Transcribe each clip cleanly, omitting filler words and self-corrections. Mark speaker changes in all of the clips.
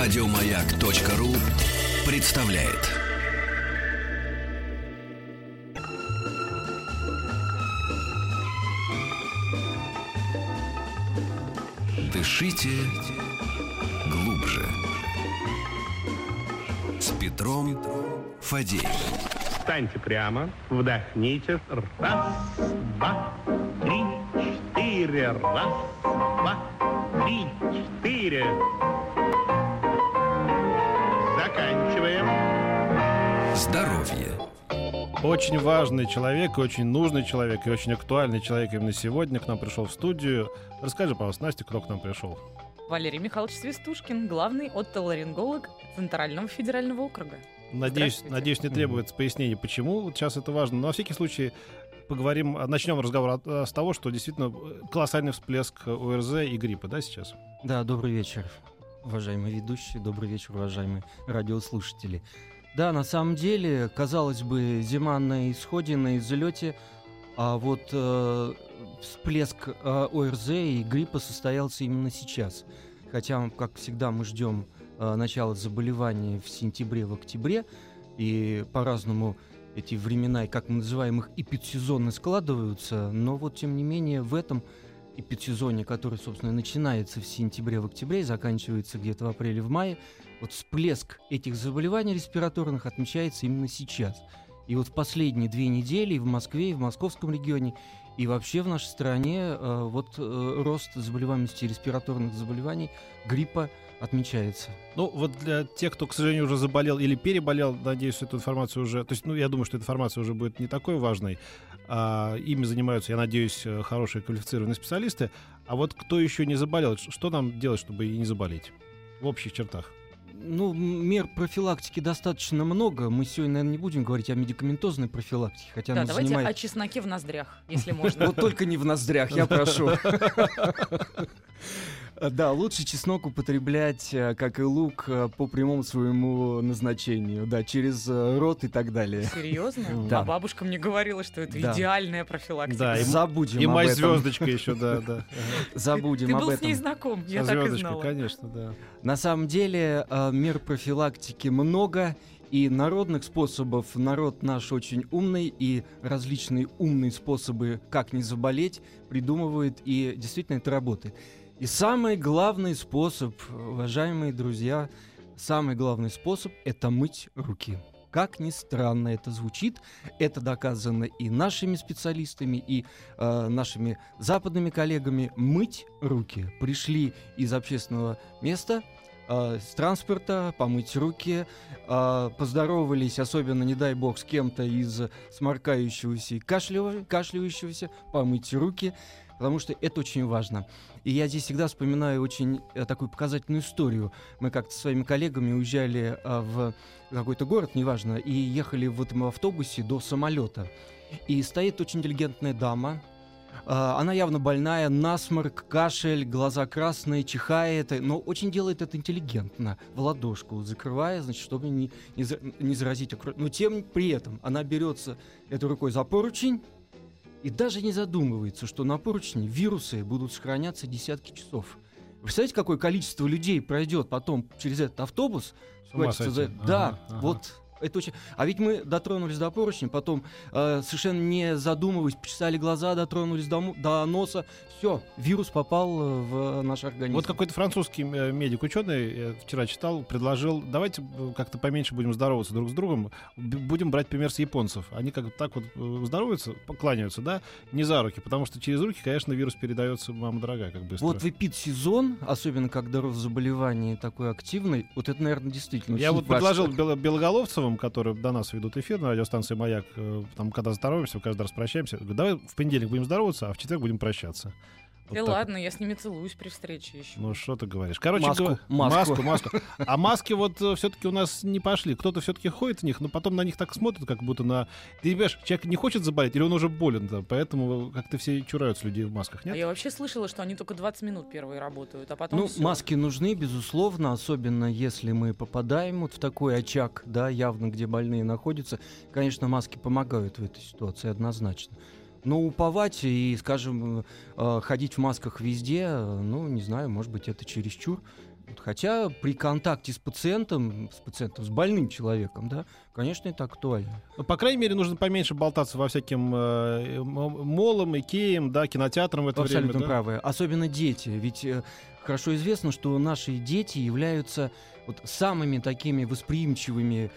Speaker 1: Радиомаяк.ру представляет. Дышите глубже. С Петром Фадеевым.
Speaker 2: Встаньте прямо, вдохните. Раз, два, три, четыре. Раз, два, три, четыре. Заканчиваем.
Speaker 1: Здоровье.
Speaker 3: Очень важный человек, очень нужный человек и очень актуальный человек именно сегодня к нам пришел в студию. Расскажи, пожалуйста, Настя, кто к нам пришел?
Speaker 4: Валерий Михайлович Свистушкин, главный отоларинголог Центрального федерального округа.
Speaker 3: Надеюсь, не требуется пояснений, почему вот сейчас это важно. Но, на всякий случай, начнем разговор с того, что действительно колоссальный всплеск ОРЗ и гриппа, да, сейчас?
Speaker 5: Да, добрый вечер, уважаемые ведущие, добрый вечер, уважаемые радиослушатели. Да, на самом деле, казалось бы, зима на исходе, на излете, а вот всплеск ОРЗ и гриппа состоялся именно сейчас. Хотя, как всегда, мы ждем начала заболеваний в сентябре, в октябре, и по-разному эти времена, как мы называем их, эпидсезонно складываются, но вот, тем не менее, в этом эпидсезоне, который, собственно, начинается в сентябре, в октябре и заканчивается где-то в апреле, в мае, вот всплеск этих заболеваний респираторных отмечается именно сейчас. И вот в последние 2 недели и в Москве, и в московском регионе, и вообще в нашей стране рост заболеваемости респираторных заболеваний, гриппа отмечается.
Speaker 3: Ну, вот для тех, кто, к сожалению, уже заболел или переболел, надеюсь, эту информацию уже... То есть, я думаю, что эта информация уже будет не такой важной. Ими занимаются, я надеюсь, хорошие квалифицированные специалисты. А вот кто еще не заболел, что нам делать, чтобы и не заболеть? В общих чертах.
Speaker 5: Мер профилактики достаточно много. Мы сегодня, наверное, не будем говорить о медикаментозной профилактике, хотя
Speaker 4: да, давайте о чесноке в ноздрях, если можно.
Speaker 5: Вот только не в ноздрях, я прошу. Да, лучше чеснок употреблять, как и лук, по прямому своему назначению, да, через рот и так далее.
Speaker 4: Серьезно?
Speaker 5: Да.
Speaker 4: А бабушка мне говорила, что это идеальная профилактика.
Speaker 3: Да,
Speaker 5: забудем
Speaker 3: и
Speaker 5: об
Speaker 3: мать
Speaker 5: этом.
Speaker 3: звездочка еще, да.
Speaker 5: Забудем об этом.
Speaker 4: Ты был с ней знаком, я так и
Speaker 3: Звездочка,
Speaker 4: знала.
Speaker 3: конечно, да.
Speaker 5: На самом деле мер профилактики много, и народных способов. Народ наш очень умный, и различные умные способы, как не заболеть, придумывает, и действительно это работает. И самый главный способ, уважаемые друзья, самый главный способ – это мыть руки. Как ни странно это звучит, это доказано и нашими специалистами, и нашими западными коллегами. Мыть руки. Пришли из общественного места, с транспорта, помыть руки, поздоровались, особенно, не дай бог, с кем-то из сморкающегося и кашляющегося, помыть руки, потому что это очень важно. И я здесь всегда вспоминаю очень такую показательную историю. Мы как-то со своими коллегами уезжали в какой-то город, неважно, и ехали в этом автобусе до самолета. И стоит очень интеллигентная дама. Она явно больная, насморк, кашель, глаза красные, чихает, но очень делает это интеллигентно, в ладошку закрывая, значит, чтобы не заразить. Но тем при этом она берется этой рукой за поручень и даже не задумывается, что на поручне вирусы будут сохраняться десятки часов. Представляете, какое количество людей пройдет потом через этот автобус? Да, вот... Это очень... А ведь мы дотронулись до поручня, потом совершенно не задумываясь, почесали глаза, дотронулись до носа. Все, вирус попал в наш организм.
Speaker 3: Вот какой-то французский медик-ученый, я вчера читал, предложил, давайте как-то поменьше будем здороваться друг с другом, будем брать пример с японцев. Они как так вот здороваются, кланяются, да, не за руки, потому что через руки, конечно, вирус передается, мама дорогая, как быстро.
Speaker 5: Вот в эпидсезон, особенно когда рост заболеваний такой активный, вот это, наверное, действительно
Speaker 3: я
Speaker 5: очень
Speaker 3: вот предложил Белоголовцевым, которые до нас ведут эфир на радиостанции «Маяк», там, когда здороваемся, каждый раз прощаемся, говорю, давай в понедельник будем здороваться, а в четверг будем прощаться.
Speaker 4: Вот ладно, я с ними целуюсь при встрече еще.
Speaker 3: Ну, что ты говоришь? Короче,
Speaker 5: маску.
Speaker 3: А маски вот все-таки у нас не пошли. Кто-то все-таки ходит в них, но потом на них так смотрят, как будто на... Ты понимаешь, человек не хочет заболеть, или он уже болен, да, поэтому как-то все чураются людей в масках, нет?
Speaker 4: А я вообще слышала, что они только 20 минут первые работают, а потом всё.
Speaker 5: Маски нужны, безусловно, особенно если мы попадаем вот в такой очаг, да, явно, где больные находятся. Конечно, маски помогают в этой ситуации, однозначно. Но уповать и, скажем, ходить в масках везде, не знаю, может быть, это чересчур. Хотя при контакте с пациентом, с больным человеком, да, конечно, это актуально.
Speaker 3: Ну, по крайней мере, нужно поменьше болтаться во всяким молам, икеям, да, кинотеатрам в это время.
Speaker 5: Абсолютно
Speaker 3: Да?
Speaker 5: правы. Особенно дети. Ведь хорошо известно, что наши дети являются вот самыми такими восприимчивой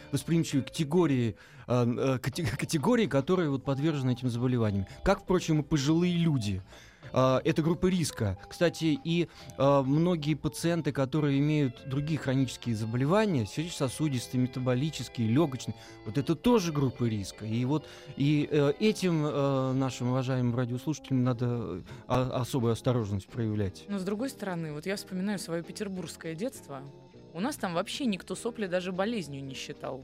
Speaker 5: категории, которые вот подвержены этим заболеваниям. Как, впрочем, и пожилые люди. Это группа риска. Кстати, и многие пациенты, которые имеют другие хронические заболевания, сердечно-сосудистые, метаболические, легочные, вот это тоже группа риска. И вот этим нашим уважаемым радиослушателям надо особую осторожность проявлять.
Speaker 4: Но с другой стороны, вот я вспоминаю свое петербургское детство. У нас там вообще никто сопли даже болезнью не считал.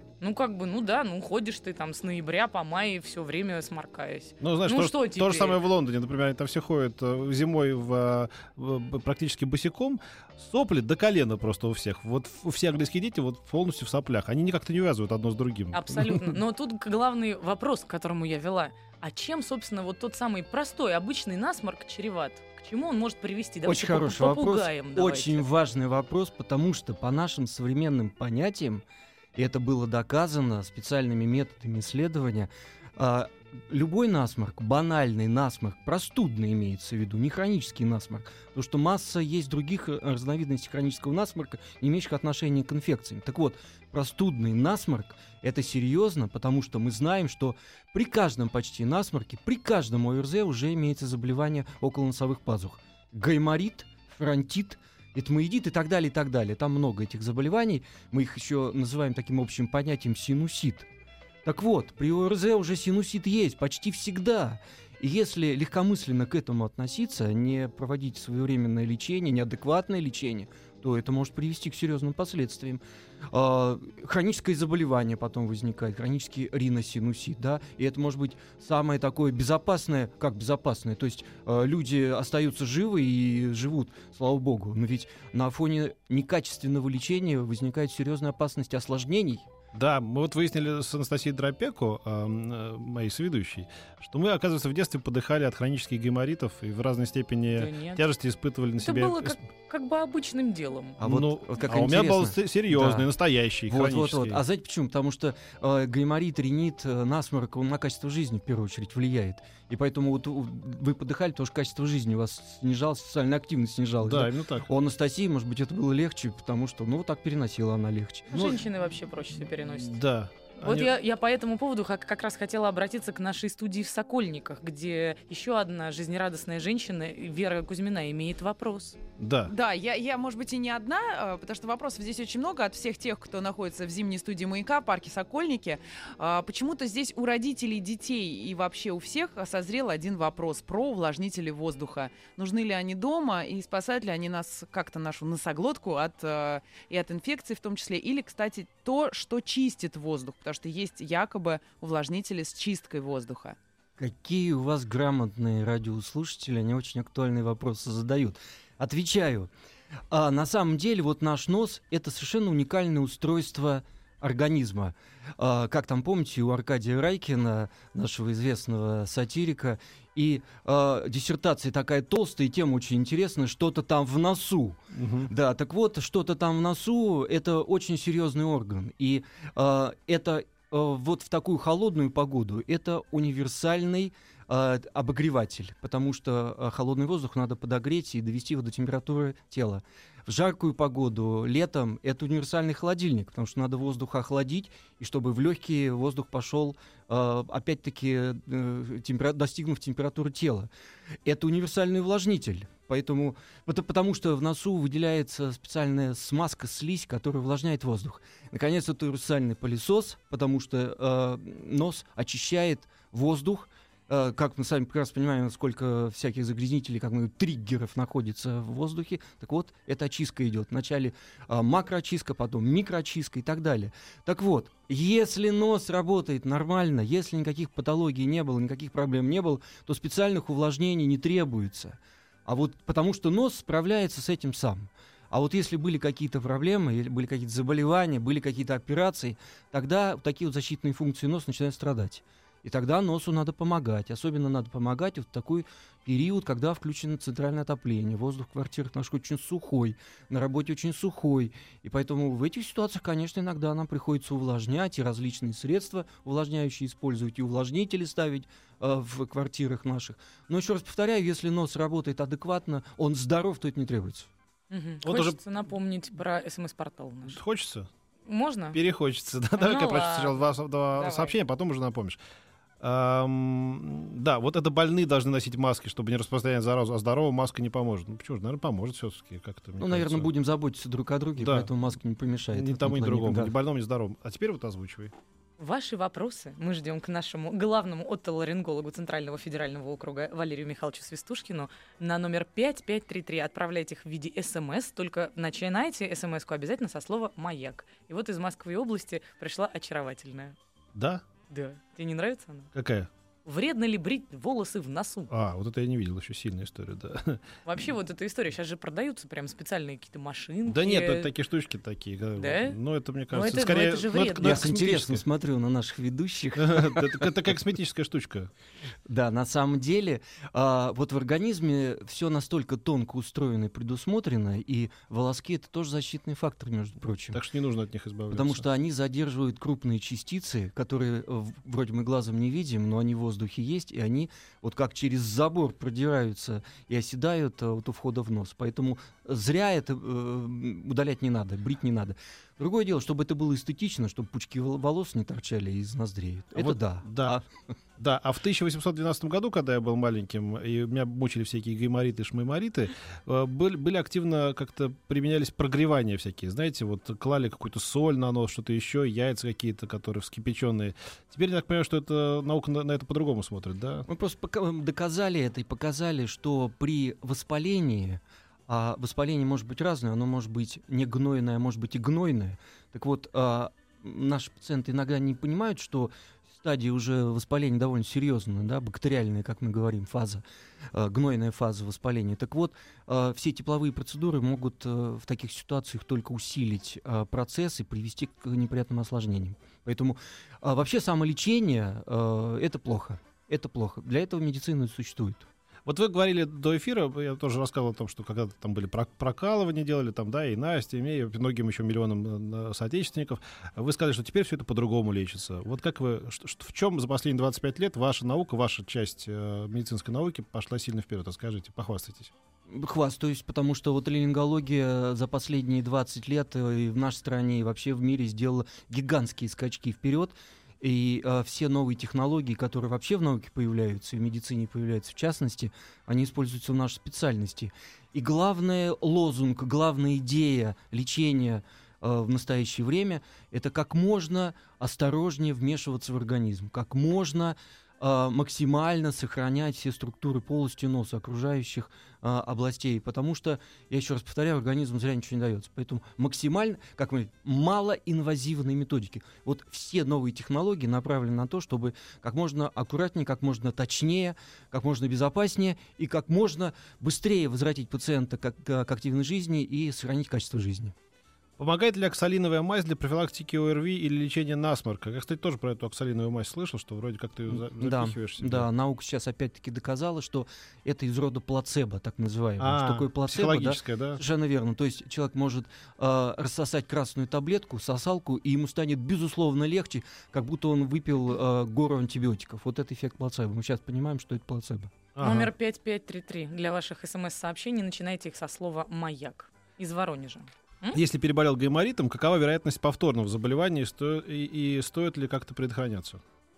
Speaker 4: Ходишь ты там с ноября по май все время сморкаясь.
Speaker 3: Ну, знаешь, то же самое в Лондоне, например, они там все ходят зимой практически босиком, сопли до колена просто у всех. Вот все английские дети вот полностью в соплях. Они никак-то не увязывают одно с другим.
Speaker 4: Абсолютно. Но тут главный вопрос, к которому я вела. А чем, собственно, вот тот самый простой, обычный насморк чреват? К чему он может привести?
Speaker 5: Очень хороший вопрос, очень важный вопрос, потому что по нашим современным понятиям, и это было доказано специальными методами исследования, любой насморк, банальный насморк, простудный имеется в виду, не хронический насморк, потому что масса есть других разновидностей хронического насморка, не имеющих отношения к инфекциям. Так вот, простудный насморк — это серьезно, потому что мы знаем, что при каждом почти насморке, при каждом ОРЗ уже имеется заболевание околоносовых пазух. Гайморит, фронтит, этмоидит и так далее, и так далее. Там много этих заболеваний. Мы их еще называем таким общим понятием синусит. Так вот, при ОРЗ уже синусит есть почти всегда. И если легкомысленно к этому относиться, не проводить своевременное лечение, неадекватное лечение, то это может привести к серьезным последствиям. Хроническое заболевание потом возникает, хронический риносинусит, да, и это может быть самое такое безопасное, как безопасное, то есть люди остаются живы и живут, слава богу, но ведь на фоне некачественного лечения возникает серьезная опасность осложнений.
Speaker 3: Да, мы вот выяснили с Анастасией Дропеко, моей соведущей, что мы, оказывается, в детстве подыхали от хронических гайморитов и в разной степени тяжести испытывали на себе.
Speaker 4: Это было как бы обычным делом.
Speaker 3: У меня был серьезный,
Speaker 5: да.
Speaker 3: Настоящий, хронический.
Speaker 5: Вот. А знаете почему? Потому что гайморит, ринит, насморк, он на качество жизни в первую очередь влияет. И поэтому вот вы подыхали, потому что качество жизни у вас снижалось, социальная активность снижалась.
Speaker 3: Да, именно так.
Speaker 5: У Анастасии, может быть, это было легче, потому что, так переносила она легче.
Speaker 4: Женщины вообще проще все переносят.
Speaker 3: Да.
Speaker 4: Вот я по этому поводу как раз хотела обратиться к нашей студии в Сокольниках, где еще одна жизнерадостная женщина, Вера Кузьмина, имеет вопрос.
Speaker 3: Да.
Speaker 6: Да, я, может быть, и не одна, потому что вопросов здесь очень много от всех тех, кто находится в зимней студии «Маяка», парке «Сокольники». Почему-то здесь у родителей детей и вообще у всех созрел один вопрос про увлажнители воздуха. Нужны ли они дома и спасают ли они нас, как-то нашу носоглотку от инфекций в том числе? Или, кстати, то, что чистит воздух, потому что есть якобы увлажнители с чисткой воздуха.
Speaker 5: Какие у вас грамотные радиослушатели, они очень актуальные вопросы задают. Отвечаю. На самом деле, вот наш нос — это совершенно уникальное устройство организма. Как там, помните, у Аркадия Райкина, нашего известного сатирика, и диссертация такая толстая, и тема очень интересная, что-то там в носу. Да, так вот, что-то там в носу — это очень серьезный орган. И это вот в такую холодную погоду это универсальный обогреватель, потому что холодный воздух надо подогреть и довести его до температуры тела. В жаркую погоду, летом, это универсальный холодильник, потому что надо воздух охладить, и чтобы в легкие воздух пошел, опять-таки, достигнув температуры тела. Это универсальный увлажнитель, потому что в носу выделяется специальная смазка, слизь, которая увлажняет воздух. Наконец, это универсальный пылесос, потому что нос очищает воздух. Как мы сами прекрасно понимаем, сколько всяких загрязнителей, триггеров находится в воздухе. Так вот, эта очистка идет. Вначале макроочистка, потом микроочистка и так далее. Так вот, если нос работает нормально, если никаких патологий не было, никаких проблем не было, то специальных увлажнений не требуется. Потому что нос справляется с этим сам. А вот если были какие-то проблемы, были какие-то заболевания, были какие-то операции, тогда такие вот защитные функции носа начинают страдать. И тогда носу надо помогать. Особенно надо помогать вот в такой период, когда включено центральное отопление. Воздух в квартирах наш очень сухой, на работе очень сухой. И поэтому в этих ситуациях, конечно, иногда нам приходится увлажнять и различные средства увлажняющие использовать, и увлажнители ставить в квартирах наших. Но еще раз повторяю, если нос работает адекватно, он здоров, то это не требуется.
Speaker 3: Вот
Speaker 4: Хочется напомнить про СМС-портал наш.
Speaker 3: Хочется?
Speaker 4: Можно?
Speaker 3: Перехочется. Да, давай-ка я прочту сначала два
Speaker 4: Давай.
Speaker 3: сообщения, потом уже напомнишь. Да, вот это больные должны носить маски, чтобы не распространять заразу, а здоровым маска не поможет. Ну почему же? Наверное, поможет все-таки. Как-то,
Speaker 5: Ну, наверное, будем заботиться друг о друге,
Speaker 3: Да.
Speaker 5: поэтому маска не помешает.
Speaker 3: ни
Speaker 5: в этом
Speaker 3: тому, ни
Speaker 5: плане,
Speaker 3: другому,
Speaker 5: да.
Speaker 3: ни больному, ни здоровому. А теперь вот озвучивай.
Speaker 4: Ваши вопросы мы ждем к нашему главному отоларингологу Центрального федерального округа Валерию Михайловичу Свистушкину на номер 5533. Отправляйте их в виде СМС, только начинайте СМС-ку обязательно со слова «Маяк». И вот из Москвы области пришла очаровательная.
Speaker 3: Да?
Speaker 4: Да. Тебе не нравится она?
Speaker 3: Какая?
Speaker 4: Вредно ли брить волосы в носу?
Speaker 3: Вот это я не видел, еще сильная история, да.
Speaker 4: Вообще вот эта история. Сейчас же продаются прям специальные какие-то машинки.
Speaker 3: Да нет, это такие штучки такие.
Speaker 4: Да?
Speaker 3: Ну, это, мне
Speaker 4: Ну,
Speaker 3: кажется,
Speaker 4: это-
Speaker 3: скорее...
Speaker 4: это же
Speaker 3: ну,
Speaker 4: вредно.
Speaker 5: Я
Speaker 3: это
Speaker 5: с интересом
Speaker 3: косметическое.
Speaker 5: смотрю на наших ведущих.
Speaker 3: Это как косметическая штучка.
Speaker 5: Да, на самом деле, вот в организме все настолько тонко устроено и предусмотрено, и волоски — это тоже защитный фактор, между прочим.
Speaker 3: Так что не нужно от них избавляться.
Speaker 5: Потому что они задерживают крупные частицы, которые вроде мы глазом не видим, но они в воздухе есть, и они вот как через забор продираются и оседают вот у входа в нос. Поэтому зря это удалять не надо, брить не надо. Другое дело, чтобы это было эстетично, чтобы пучки волос не торчали из ноздрей. Это
Speaker 3: вот
Speaker 5: да.
Speaker 3: да. Да, а в 1812 году, когда я был маленьким, и меня мучили всякие гаймориты, шмаймориты, были активно как-то применялись прогревания всякие. Знаете, вот клали какую-то соль на нос, что-то еще, яйца какие-то, которые вскипяченные. Теперь я так понимаю, что это наука на это по-другому смотрит, да?
Speaker 5: Мы просто доказали это и показали, что при воспалении, а воспаление может быть разное, оно может быть не гнойное, а может быть и гнойное. Так вот, наши пациенты иногда не понимают, что стадия уже воспаления довольно серьезная, да, бактериальная, как мы говорим, фаза, гнойная фаза воспаления. Так вот, все тепловые процедуры могут в таких ситуациях только усилить процесс и привести к неприятным осложнениям. Поэтому вообще самолечение это плохо. Это плохо. Для этого медицина существует.
Speaker 3: Вот вы говорили до эфира, я тоже рассказывал о том, что когда-то там были прокалывания делали, там, да, и Настя, и мне, и многим еще миллионам соотечественников. Вы сказали, что теперь все это по-другому лечится. Вот как вы, в чем за последние 25 лет ваша наука, ваша часть медицинской науки пошла сильно вперед? Расскажите, похвастайтесь.
Speaker 5: Хвастаюсь, потому что вот ларингология за последние 20 лет и в нашей стране, и вообще в мире сделала гигантские скачки вперед. И все новые технологии, которые вообще в науке появляются, и в медицине появляются в частности, они используются в нашей специальности. И главный лозунг, главная идея лечения в настоящее время — это как можно осторожнее вмешиваться в организм, как можно максимально сохранять все структуры полости носа, окружающих областей, потому что, я еще раз повторяю, организму зря ничего не дается. Поэтому максимально, как мы говорим, малоинвазивные методики. Вот все новые технологии направлены на то, чтобы как можно аккуратнее, как можно точнее, как можно безопаснее и как можно быстрее возвратить пациента к активной жизни и сохранить качество жизни.
Speaker 3: Помогает ли оксалиновая мазь для профилактики ОРВИ или лечения насморка? Я, кстати, тоже про эту оксалиновую мазь слышал, что вроде как ты ее запихиваешь себе.
Speaker 5: Да, наука сейчас опять-таки доказала, что это из рода плацебо, так называемое. Что такое плацебо?
Speaker 3: Психологическое, да?
Speaker 5: Совершенно верно. То есть человек может рассосать красную таблетку, сосалку, и ему станет безусловно легче, как будто он выпил гору антибиотиков. Вот это эффект плацебо. Мы сейчас понимаем, что это плацебо.
Speaker 4: Номер 5533 для ваших СМС-сообщений. Начинайте их со слова «Маяк» из Воронежа.
Speaker 3: Если переболел гайморитом, какова вероятность повторного заболевания и стоит ли как-то предохраняться?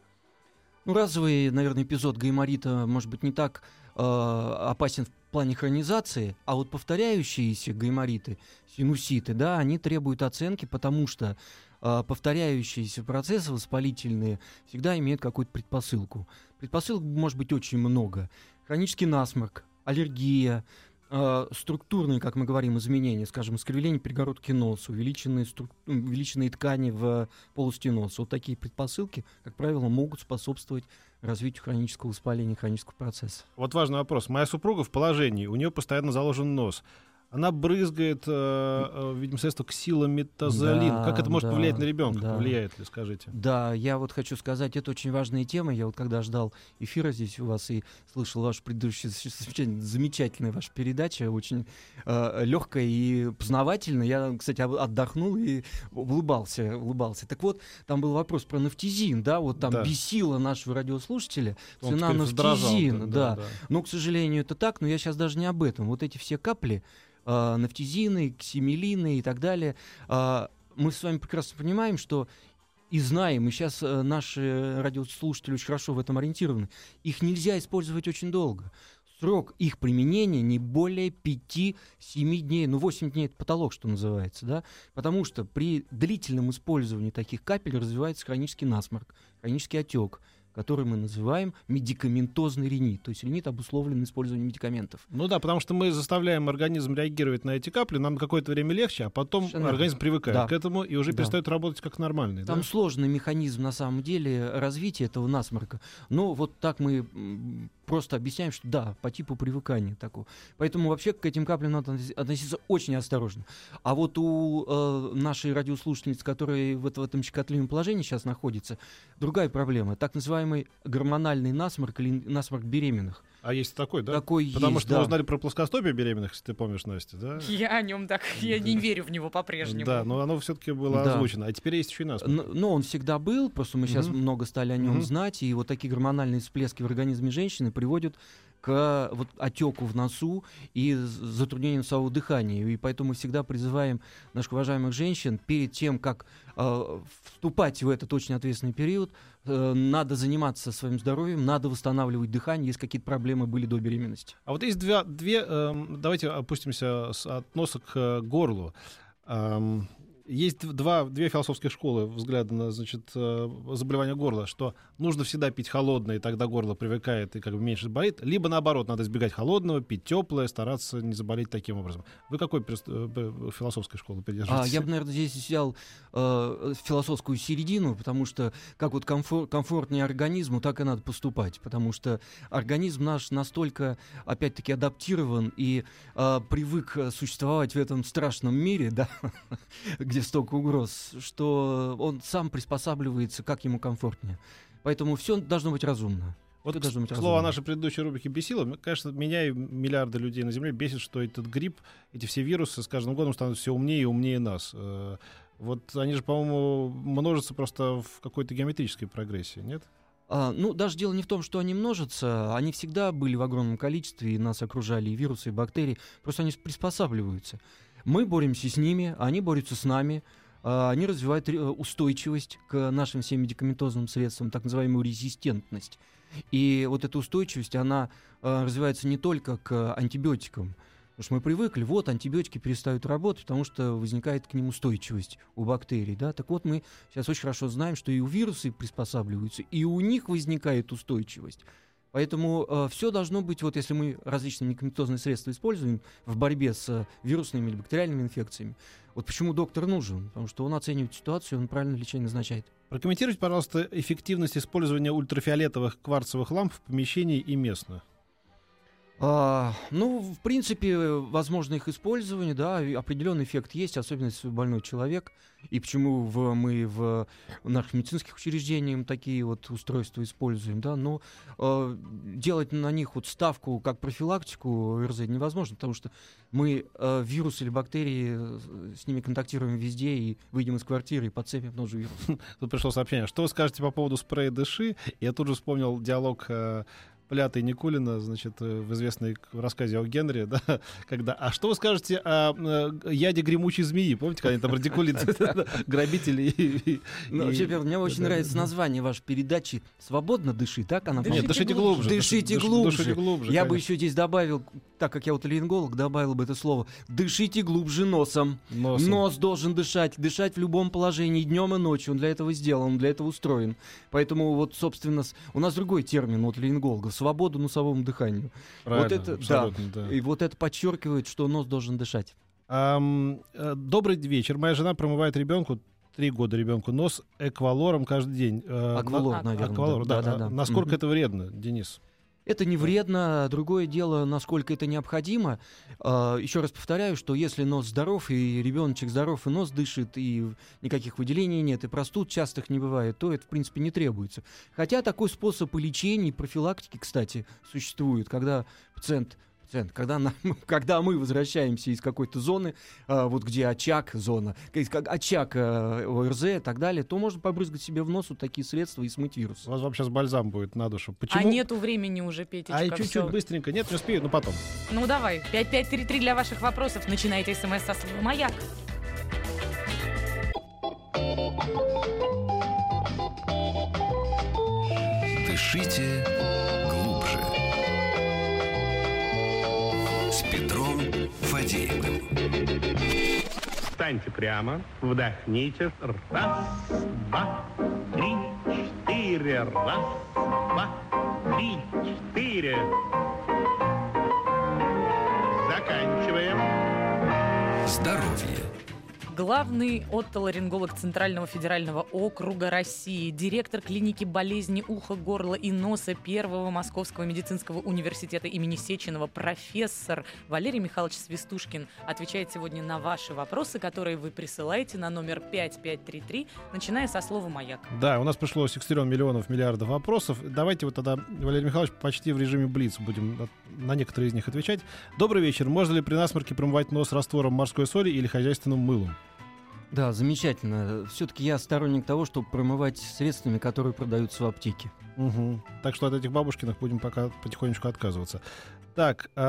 Speaker 5: Ну, разовый, наверное, эпизод гайморита может быть не так опасен в плане хронизации, а вот повторяющиеся гаймориты, синуситы, да, они требуют оценки, потому что повторяющиеся процессы воспалительные всегда имеют какую-то предпосылку. Предпосылок может быть очень много. Хронический насморк, аллергия, структурные, как мы говорим, изменения, скажем, искривление перегородки носа, увеличенные ткани в полости носа. Вот такие предпосылки, как правило, могут способствовать развитию хронического воспаления, хронического процесса.
Speaker 3: Вот важный вопрос. Моя супруга в положении, у нее постоянно заложен нос. она брызгает, видимо, средство ксилометазолин.
Speaker 5: Да,
Speaker 3: Как это может
Speaker 5: да,
Speaker 3: повлиять на ребенка?
Speaker 5: да.
Speaker 3: Влияет ли, скажите?
Speaker 5: Да, я вот хочу сказать, это очень важная тема. Я вот когда ждал эфира здесь у вас и слышал вашу предыдущую замечательная ваша передача, очень легкая и познавательная. Я, кстати, отдохнул и улыбался. Так вот, там был вопрос про нафтизин, да, вот там
Speaker 3: Да.
Speaker 5: бесило нашего радиослушателя
Speaker 3: Он
Speaker 5: цена
Speaker 3: теперь вздражал,
Speaker 5: нафтизина, да.
Speaker 3: да.
Speaker 5: Но, к сожалению, это так, но я сейчас даже не об этом. Вот эти все капли, нафтизины, ксимелины и так далее, мы с вами прекрасно понимаем, что и знаем, и сейчас наши радиослушатели очень хорошо в этом ориентированы, их нельзя использовать очень долго. Срок их применения не более 5-7 дней, 8 дней — это потолок, что называется, да, потому что при длительном использовании таких капель развивается хронический насморк, хронический отек, который мы называем медикаментозный ринит, то есть ринит, обусловленный использованием медикаментов.
Speaker 3: Ну да, потому что мы заставляем организм реагировать на эти капли, нам какое-то время легче, а потом
Speaker 5: Совершенно
Speaker 3: организм привыкает
Speaker 5: да.
Speaker 3: к этому и уже
Speaker 5: Да.
Speaker 3: перестает работать как нормальный.
Speaker 5: Там
Speaker 3: да?
Speaker 5: сложный механизм, на самом деле, развития этого насморка. Но вот так мы просто объясняем, что да, по типу привыкания такого. Поэтому вообще к этим каплям надо относиться очень осторожно. А вот у нашей радиослушательницы, которая в этом щекотливом положении сейчас находится, другая проблема. Так называемый гормональный насморк или насморк беременных.
Speaker 3: А есть такой, да?
Speaker 5: Такой
Speaker 3: Потому
Speaker 5: есть,
Speaker 3: что мы
Speaker 5: да.
Speaker 3: узнали про плоскостопие беременных, если ты помнишь, Настя, да?
Speaker 4: Я о нем так, я не верю в него по-прежнему.
Speaker 3: Да, но оно все-таки было
Speaker 5: Да.
Speaker 3: озвучено. А теперь есть еще и насморк.
Speaker 5: Но он всегда был, просто мы сейчас
Speaker 3: Мгм.
Speaker 5: много стали о нем
Speaker 3: Мгм.
Speaker 5: знать, и вот такие гормональные всплески в организме женщины приводят к вот отеку в носу и затруднению носового дыхания. И поэтому мы всегда призываем наших уважаемых женщин перед тем, как вступать в этот очень ответственный период, надо заниматься своим здоровьем, надо восстанавливать дыхание, если какие-то проблемы были до беременности.
Speaker 3: А вот есть давайте опустимся от носа к горлу. Есть две философские школы взгляда на, значит, заболевание горла, что нужно всегда пить холодное, и тогда горло привыкает и как бы меньше болит, либо наоборот, надо избегать холодного, пить теплое, стараться не заболеть таким образом. Вы какой философской школы придерживаетесь?
Speaker 5: Я бы, наверное, здесь взял философскую середину, потому что как вот комфортнее организму, так и надо поступать, потому что организм наш настолько, опять-таки, адаптирован и привык существовать в этом страшном мире, да, где столько угроз, что он сам приспосабливается, как ему комфортнее. Поэтому все должно быть разумно.
Speaker 3: Вот,
Speaker 5: Всё должно быть
Speaker 3: к слову, о
Speaker 5: разумно.
Speaker 3: нашей предыдущей рубрике бесило. Конечно, меня и миллиарды людей на Земле бесит, что этот грипп, эти все вирусы с каждым годом становятся все умнее и умнее нас. Вот они же, по-моему, множатся просто в какой-то геометрической прогрессии, нет?
Speaker 5: Даже дело не в том, что они множатся, они всегда были в огромном количестве, и нас окружали и вирусы, и бактерии, просто они приспосабливаются. Мы боремся с ними, они борются с нами, они развивают устойчивость к нашим всем медикаментозным средствам, так называемую резистентность. И вот эта устойчивость, она развивается не только к антибиотикам, потому что мы привыкли, вот антибиотики перестают работать, потому что возникает к ним устойчивость у бактерий. Да? Так вот, мы сейчас очень хорошо знаем, что и у вирусов приспосабливаются, и у них возникает устойчивость. Поэтому все должно быть, вот если мы различные медикаментозные средства используем в борьбе с вирусными или бактериальными инфекциями, вот почему доктор нужен? Потому что он оценивает ситуацию, он правильно лечение назначает.
Speaker 3: Прокомментируйте, пожалуйста, эффективность использования ультрафиолетовых кварцевых ламп в помещении и местно.
Speaker 5: В принципе, возможно их использование, да, и определенный эффект есть, особенно если больной человек. И почему мы в наших медицинских учреждениях такие вот устройства используем, да, но делать на них вот ставку как профилактику ОРЗ невозможно, потому что мы вирусы или бактерии с ними контактируем везде и выйдем из квартиры и подцепим тоже вирус.
Speaker 3: Тут пришло сообщение. Что вы скажете по поводу спрея «Дыши»? Я тут же вспомнил диалог Пляты и Никулина, значит, в известной рассказе о Генри, да, когда... А что вы скажете о яде гремучей змеи? Помните, когда они там радикулит грабители?
Speaker 5: Вообще, мне очень нравится название вашей передачи «Свободно дыши», так она?
Speaker 3: Нет, дышите глубже.
Speaker 5: Дышите глубже.
Speaker 3: Дышите глубже,
Speaker 5: Я бы
Speaker 3: конечно.
Speaker 5: еще здесь добавил, так как я вот отоларинголог, добавил бы это слово. Дышите глубже носом.
Speaker 3: Носом.
Speaker 5: Нос должен дышать в любом положении, днем и ночью. Он для этого сделан, он для этого устроен. Поэтому вот, собственно, у нас другой термин у отоларингологов — свободу носовому дыханию.
Speaker 3: Правильно,
Speaker 5: вот это,
Speaker 3: абсолютно, да.
Speaker 5: И вот это подчеркивает, что нос должен дышать.
Speaker 3: Добрый вечер. Моя жена промывает ребенку, 3 года ребенку, нос эквалором каждый день.
Speaker 5: Аквалор, наверное.
Speaker 3: Аквалор, да.
Speaker 5: Да.
Speaker 3: Насколько это вредно, Денис?
Speaker 5: Это не вредно. Другое дело, насколько это необходимо. Еще раз повторяю, что если нос здоров, и ребеночек здоров, и нос дышит, и никаких выделений нет, и простуд частых не бывает, то это, в принципе, не требуется. Хотя такой способ и лечения, и профилактики, кстати, существует, когда когда мы возвращаемся из какой-то зоны, вот где очаг, очаг ОРЗ и так далее, то можно побрызгать себе в нос вот такие средства и смыть вирус.
Speaker 3: У вас вообще бальзам будет на душу. Почему?
Speaker 4: А нету времени уже, Петечка.
Speaker 3: А чуть-чуть
Speaker 4: всё.
Speaker 3: быстренько. Нет, не успею, но потом.
Speaker 4: Ну давай, 5533 для ваших вопросов. Начинайте смс со слова «Маяк».
Speaker 1: Дышите глубже. С Петром Фадеевым.
Speaker 2: Встаньте прямо, вдохните. Раз, два, три, четыре. Раз, два, три, четыре. Заканчиваем.
Speaker 1: Здоровье.
Speaker 4: Главный отоларинголог Центрального федерального округа России, директор клиники болезни уха, горла и носа Первого Московского медицинского университета имени Сеченова, профессор Валерий Михайлович Свистушкин отвечает сегодня на ваши вопросы, которые вы присылаете на номер 5533, начиная со слова «Маяк».
Speaker 3: Да, у нас пришло секстерион миллиардов вопросов. Давайте вот тогда, Валерий Михайлович, почти в режиме блиц будем на некоторые из них отвечать. Добрый вечер. Можно ли при насморке промывать нос раствором морской соли или хозяйственным мылом?
Speaker 5: Да, замечательно. Все-таки я сторонник того, чтобы промывать средствами, которые продаются в аптеке.
Speaker 3: Угу. Так что от этих бабушкиных будем пока потихонечку отказываться. Так.
Speaker 4: И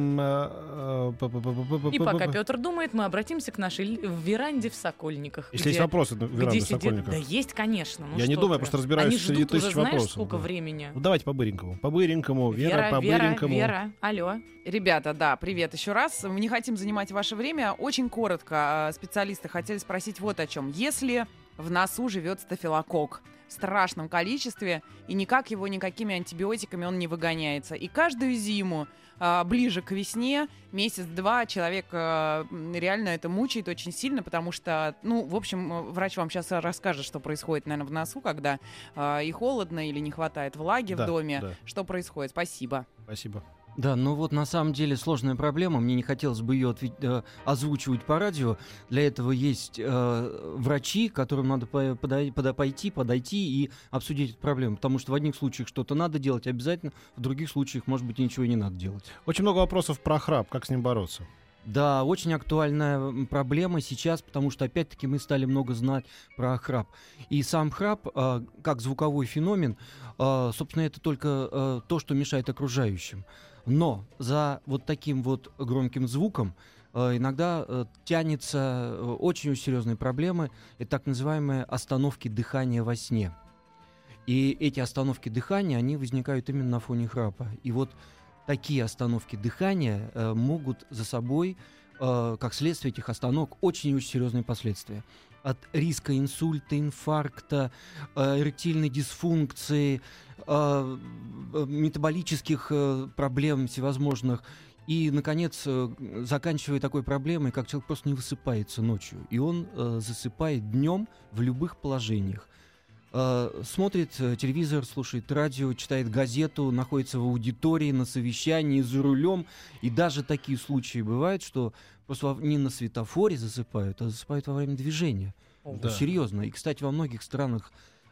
Speaker 4: пока Петр думает, мы обратимся к нашей веранде в Сокольниках.
Speaker 3: Если есть вопросы на веранде в
Speaker 4: сидит...
Speaker 3: Сокольниках.
Speaker 4: Да есть, конечно. Ну
Speaker 3: я не думаю, я просто разбираюсь
Speaker 4: Они
Speaker 3: среди
Speaker 4: ждут уже,
Speaker 3: тысяч
Speaker 4: знаешь,
Speaker 3: вопросов.
Speaker 4: сколько
Speaker 3: Да.
Speaker 4: времени.
Speaker 3: Ну, давайте по-быренькому. По-быренькому. Вера, по-быренькому.
Speaker 4: Вера, алло.
Speaker 6: Ребята, да, привет еще раз. Мы не хотим занимать ваше время. Очень коротко специалисты хотели спросить вот о чем. Если в носу живет стафилококк в страшном количестве, и никак его никакими антибиотиками он не выгоняется. И каждую зиму, ближе к весне, месяц-два, человек реально это мучает очень сильно, потому что, ну, в общем, врач вам сейчас расскажет, что происходит, наверное, в носу, когда и холодно, или не хватает влаги в доме. Да. Что происходит? Спасибо.
Speaker 3: Спасибо.
Speaker 5: Да, ну вот на самом деле сложная проблема, мне не хотелось бы ее озвучивать по радио. Для этого есть врачи, к которым надо подойти и обсудить эту проблему, потому что в одних случаях что-то надо делать обязательно, в других случаях, может быть, ничего и не надо делать.
Speaker 3: Очень много вопросов про храп, как с ним бороться?
Speaker 5: Да, очень актуальная проблема сейчас, потому что, опять-таки, мы стали много знать про храп. И сам храп, как звуковой феномен, собственно, это только то, что мешает окружающим. Но за вот таким вот громким звуком иногда тянется очень серьезные проблемы. Это так называемые остановки дыхания во сне. И эти остановки дыхания, они возникают именно на фоне храпа. И вот такие остановки дыхания могут за собой, как следствие этих остановок, очень-очень серьезные последствия. От риска инсульта, инфаркта, эректильной дисфункции, метаболических проблем всевозможных. И, наконец, заканчивая такой проблемой, как человек просто не высыпается ночью. И он засыпает днем в любых положениях. Смотрит телевизор, слушает радио, читает газету, находится в аудитории, на совещании, за рулем. И даже такие случаи бывают, что просто не на светофоре засыпают, а засыпают во время движения. Да. Серьезно. И, кстати, во многих странах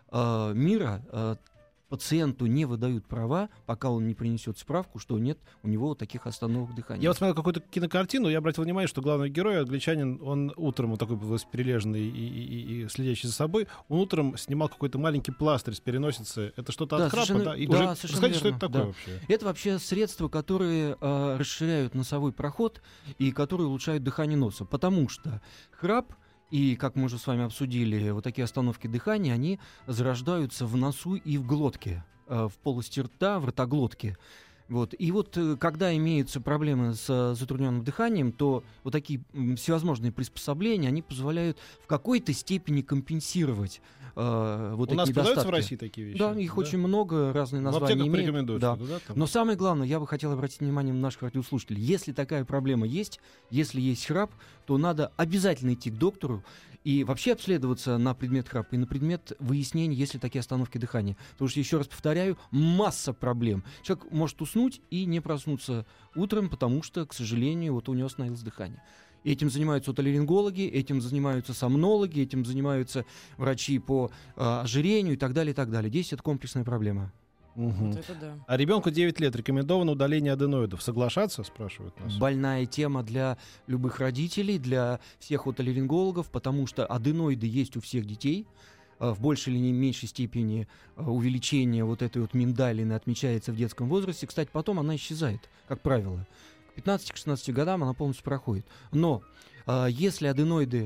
Speaker 5: мира пациенту не выдают права, пока он не принесет справку, что нет у него вот таких остановок дыхания.
Speaker 3: Я вот смотрел какую-то кинокартину, я обратил внимание, что главный герой, англичанин, он утром, вот такой перележенный и следящий за собой, он утром снимал какой-то маленький пластырь с переносицы. Это что-то от храпа, да? И уже расскажите, что это такое вообще?
Speaker 5: Это вообще средства, которые расширяют носовой проход и которые улучшают дыхание носа, потому что храп и, как мы уже с вами обсудили, вот такие остановки дыхания, они зарождаются в носу и в глотке, в полости рта, в ротоглотке. Вот. И вот когда имеются проблемы с затрудненным дыханием, то вот такие всевозможные приспособления, они позволяют в какой-то степени компенсировать вот
Speaker 3: у
Speaker 5: эти
Speaker 3: нас
Speaker 5: недостатки.
Speaker 3: продаются в России такие вещи?
Speaker 5: Да, их очень много, разные названия имеют. Да. Но самое главное, я бы хотел обратить внимание наших радиослушателей. Если такая проблема есть, если есть храп, то надо обязательно идти к доктору И вообще обследоваться на предмет храпа и на предмет выяснения, есть ли такие остановки дыхания. Потому что, еще раз повторяю, масса проблем. Человек может уснуть и не проснуться утром, потому что, к сожалению, вот у него остановилось дыхание. Этим занимаются отоларингологи, этим занимаются сомнологи, этим занимаются врачи по ожирению и так далее, и так далее. Здесь это комплексная проблема.
Speaker 4: Вот это да.
Speaker 3: А ребенку 9 лет рекомендовано удаление аденоидов. Соглашаться, спрашивают нас?
Speaker 5: Больная тема для любых родителей, для всех отоларингологов, потому что аденоиды есть у всех детей. В большей или меньшей степени увеличение вот этой вот миндалины отмечается в детском возрасте. Кстати, потом она исчезает, как правило. К 15-16 годам она полностью проходит. Но если аденоиды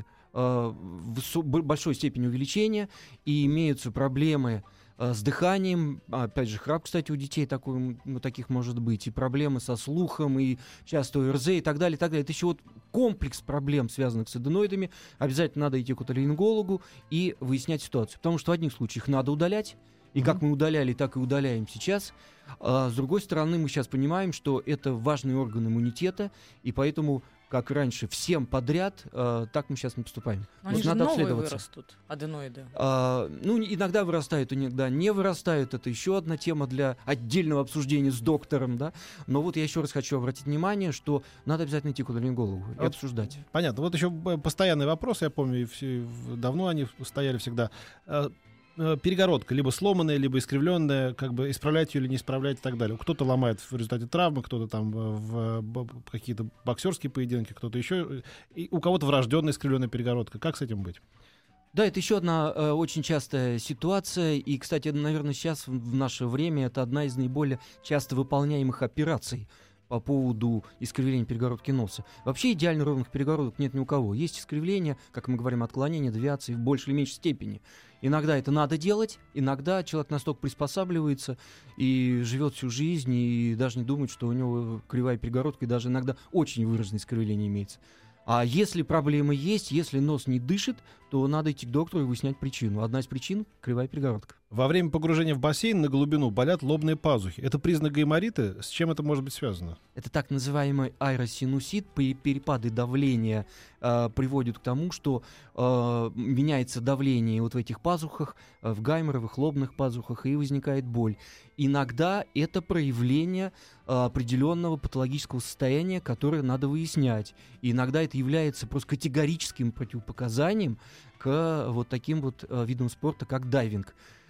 Speaker 5: в большой степени увеличения и имеются проблемы с дыханием, опять же, храп, кстати, у детей таких может быть, и проблемы со слухом, и часто ОРЗ, и так далее, и так далее. Это еще вот комплекс проблем, связанных с аденоидами. Обязательно надо идти к отоларингологу и выяснять ситуацию. Потому что в одних случаях надо удалять, и как мы удаляли, так и удаляем сейчас. С другой стороны, мы сейчас понимаем, что это важный орган иммунитета, и поэтому, как раньше, всем подряд, так мы сейчас не поступаем.
Speaker 4: Но они же
Speaker 5: надо
Speaker 4: новые
Speaker 5: обследоваться.
Speaker 4: вырастут, аденоиды.
Speaker 5: Иногда вырастают, иногда не вырастают. Это еще одна тема для отдельного обсуждения с доктором. Да? Но вот я еще раз хочу обратить внимание, что надо обязательно идти к отоларингологу и обсуждать.
Speaker 3: Понятно. Вот еще постоянный вопрос, я помню, давно они стояли всегда. Перегородка либо сломанная, либо искривленная, как бы исправлять ее или не исправлять и так далее. Кто-то ломает в результате травмы, кто-то там в какие-то боксерские поединки, кто-то еще. И у кого-то врожденная искривленная перегородка. Как с этим быть?
Speaker 5: Да, это еще одна очень частая ситуация. И, кстати, наверное, сейчас в наше время это одна из наиболее часто выполняемых операций по поводу искривления перегородки носа. Вообще идеально ровных перегородок нет ни у кого. Есть искривления, как мы говорим, отклонения, девиации в большей или меньшей степени. Иногда это надо делать, иногда человек настолько приспосабливается и живет всю жизнь, и даже не думает, что у него кривая перегородка, и даже иногда очень выраженное искривление имеется. А если проблемы есть, если нос не дышит, то надо идти к доктору и выяснять причину. Одна из причин — кривая перегородка.
Speaker 3: Во время погружения в бассейн на глубину болят лобные пазухи. Это признак гайморита? С чем это может быть связано?
Speaker 5: Это так называемый аэросинусит. Перепады давления приводят к тому, что меняется давление вот в этих пазухах, в гайморовых, лобных пазухах, и возникает боль. Иногда это проявление определенного патологического состояния, которое надо выяснять. И иногда это является просто категорическим противопоказанием к вот таким вот видам спорта, как дайвинг.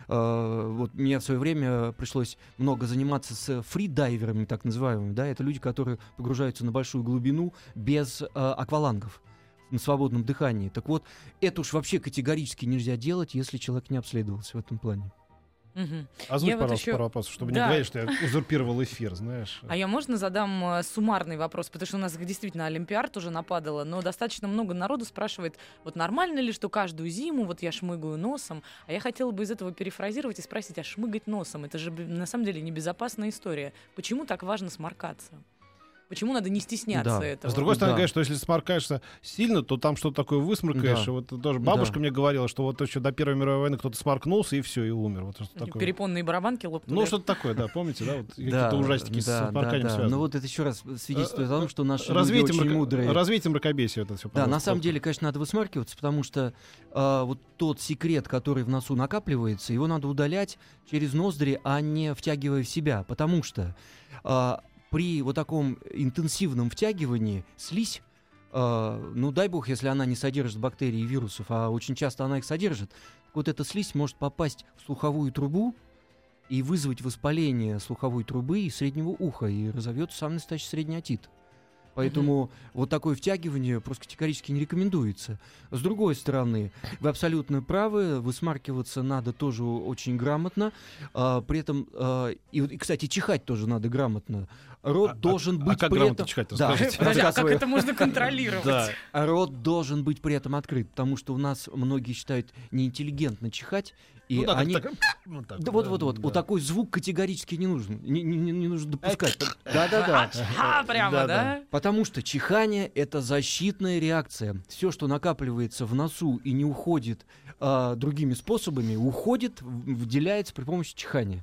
Speaker 5: Вот мне в свое время пришлось много заниматься с фридайверами, так называемыми. Да? Это люди, которые погружаются на большую глубину без аквалангов, на свободном дыхании. Так вот, это уж вообще категорически нельзя делать, если человек не обследовался в этом плане.
Speaker 3: Озвучь,
Speaker 4: Я вот
Speaker 3: пожалуйста,
Speaker 4: еще-
Speaker 3: пару вопросов, чтобы
Speaker 4: Да.
Speaker 3: не говорить, что я узурпировал эфир, знаешь.
Speaker 4: А я, можно, задам суммарный вопрос? Потому что у нас действительно олимпиад уже нападало, но достаточно много народу спрашивает, вот нормально ли, что каждую зиму вот я шмыгаю носом? А я хотела бы из этого перефразировать и спросить, а шмыгать носом, это же на самом деле небезопасная история. Почему так важно сморкаться? Почему надо не стесняться
Speaker 5: Да.
Speaker 4: этого?
Speaker 3: С другой стороны,
Speaker 5: Да.
Speaker 3: говорят, что если сморкаешься сильно, то там что-то такое высморкаешь.
Speaker 5: Да.
Speaker 3: И вот тоже бабушка
Speaker 5: Да.
Speaker 3: мне говорила, что вот еще до Первой мировой войны кто-то сморкнулся, и все, и умер. Вот что такое.
Speaker 4: Перепонные барабанки лопнули.
Speaker 3: Ну, что-то такое, да, помните, да? Вот какие-то ужастики с сморканием связаны.
Speaker 5: Ну вот это еще раз свидетельствует о том, что наши люди
Speaker 3: Развейте
Speaker 5: очень мудрые.
Speaker 3: мракобесие это все,
Speaker 5: Да, на самом деле, конечно, надо высмаркиваться, потому что вот тот секрет, который в носу накапливается, его надо удалять через ноздри, а не втягивая в себя. Потому что при вот таком интенсивном втягивании слизь, ну дай бог, если она не содержит бактерий и вирусов, а очень часто она их содержит, вот эта слизь может попасть в слуховую трубу и вызвать воспаление слуховой трубы и среднего уха, и разовьется самый настоящий средний отит. Поэтому вот такое втягивание просто категорически не рекомендуется. С другой стороны, вы абсолютно правы, высмаркиваться надо тоже очень грамотно. При этом, и, кстати, чихать тоже надо грамотно. Рот должен быть
Speaker 3: как
Speaker 5: при
Speaker 3: грамотно
Speaker 5: этом...
Speaker 3: чихать,
Speaker 5: Да,
Speaker 3: расскажите.
Speaker 4: Подожди, а как
Speaker 5: рассказываю.
Speaker 4: это можно контролировать?
Speaker 3: Да.
Speaker 5: Рот должен быть при этом открыт, потому что у нас многие считают неинтеллигентно чихать, и
Speaker 3: Ну да, как
Speaker 5: они...
Speaker 3: так, вот так,
Speaker 5: Да, вот.
Speaker 3: да.
Speaker 5: Вот такой звук категорически не нужен. Не нужно допускать. Да-да-да.
Speaker 4: Прямо, да?
Speaker 5: Потому что чихание — это защитная реакция. Все, что накапливается в носу и не уходит другими способами, уходит, выделяется при помощи чихания.